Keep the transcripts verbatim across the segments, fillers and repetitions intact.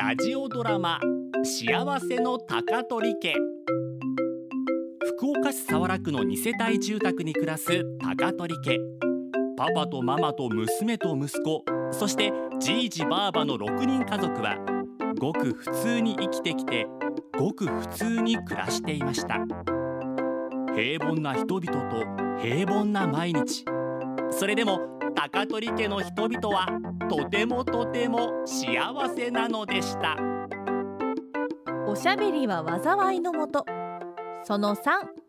ラジオドラマ幸せの高取家。福岡市早良区のに世帯住宅に暮らす高取家。パパとママと娘と息子、そしてじいじばあばのろくにん家族はごく普通に生きてきて、ごく普通に暮らしていました。平凡な人々と平凡な毎日。それでも高取家の人々はとてもとても幸せなのでした。 おしゃべりは災いのもと。そのさん。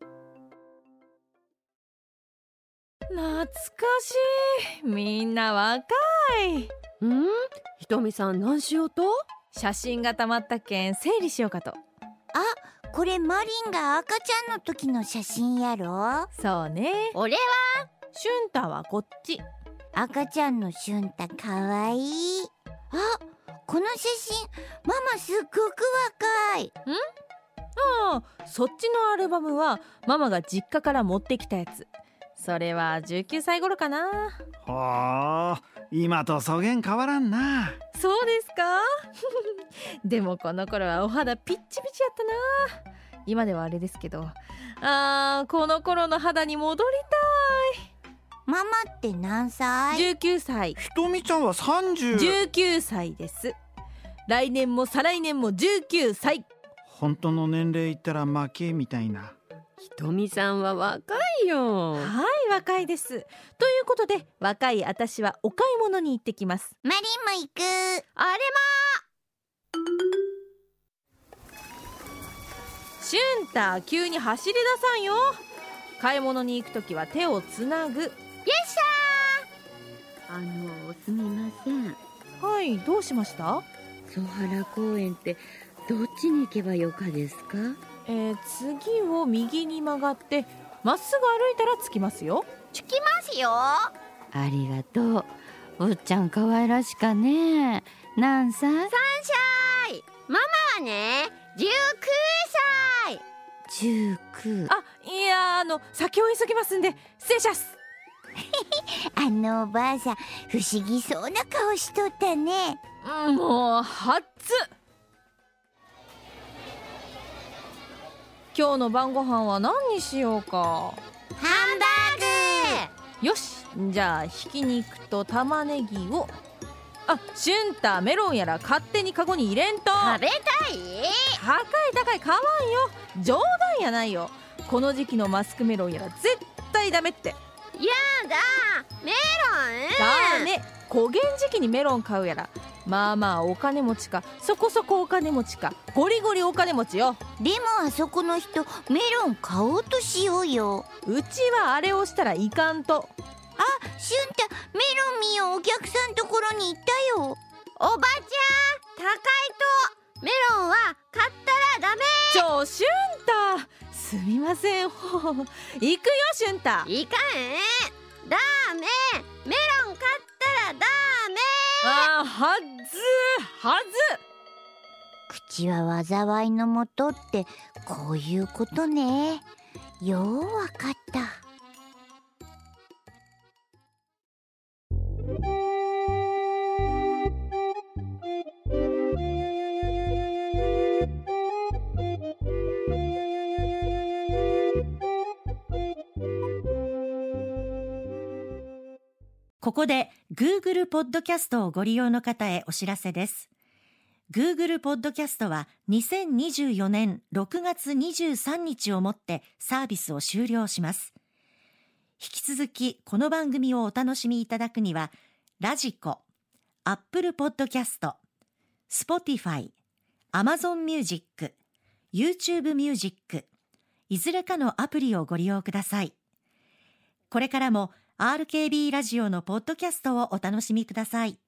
懐かしい。みんな若い。 ん？ひとみさん何しようと？ 写真がたまったけん整理しようかと。 あ、これマリンが赤ちゃんの時の写真やろ。 そうね。 俺はシュンタはこっち。 赤ちゃんのシュンタかわいい。あ、この写真ママすっごく若い。ん？ ああ、そっちのアルバムはママが実家から持ってきたやつ。それはじゅうきゅうさい頃かな。 ほー、今とそげん変わらんな。 そうですかでもこの頃はお肌ピッチピチやったな。今ではあれですけど、あー、この頃の肌に戻りたい。 ママって何歳？ じゅうきゅうさい。 ひとみちゃんはさんじゅう。 じゅうきゅうさいです。来年も再来年もじゅうきゅうさい。 本当の年齢言ったら負けみたいな。 ひとみさんは若いよ。 はい、若いです。ということで、若い私はお買い物に行ってきます。 マリンも行く。 あれまシュンタ、急に走り出さんよ。買い物に行くときは手をつなぐ。よっしあのすみません、 ゃー。はい、どうしました？ 曽原公園ってどっちに行けばよかですか？ えー、次を右に曲がってまっすぐ歩いたら着きますよ。 着きますよ。 ありがとう。おっちゃん可愛らしかね。何歳？ サンシャイ。ママはね、じゅうきゅうさい。 じゅうきゅう。 あ、いや、あの先を急ぎますんで失礼します。 あのおばあさん、不思議そうな顔しとったね。 もうはっつ。今日の晩ご飯は何にしようか。 ハンバーグ。 よし、じゃあひき肉と玉ねぎを。あ、シュンタ、メロンやら勝手にカゴに入れんと。 食べたい？ 高い高い、買わんよ。冗談やないよ。この時期のマスクメロンやら絶対ダメって。 やだ、メロン。 ダメ。古元時期にメロン買うやら、まあまあお金持ちか、そこそこお金持ちか、ゴリゴリお金持ちよ。 でもあそこの人メロン買おうとしようよ。 うちはあれをしたらいかんと。 あ、シュンタ、メロン見よ。お客さんところに行ったよ。おばちゃん、高いとメロンは買ったらダメ。 ちょ、シュンタ、すみません。行くよシュンタ。 いかん。ダメ。メロン買ったらダメ。 あー、はずはず。 口は災いのもとってこういうことね。ようわかった。 ここで Google ポッドキャストをご利用の方へお知らせです。Google ポッドキャストはにせんにじゅうよねんろくがつにじゅうさんにちをもってサービスを終了します。引き続きこの番組をお楽しみいただくには、ラジコ、Apple ポッドキャスト、Spotify、Amazon Music、YouTube Music、いずれかのアプリをご利用ください。これからもアールケービー ラジオのポッドキャストをお楽しみください。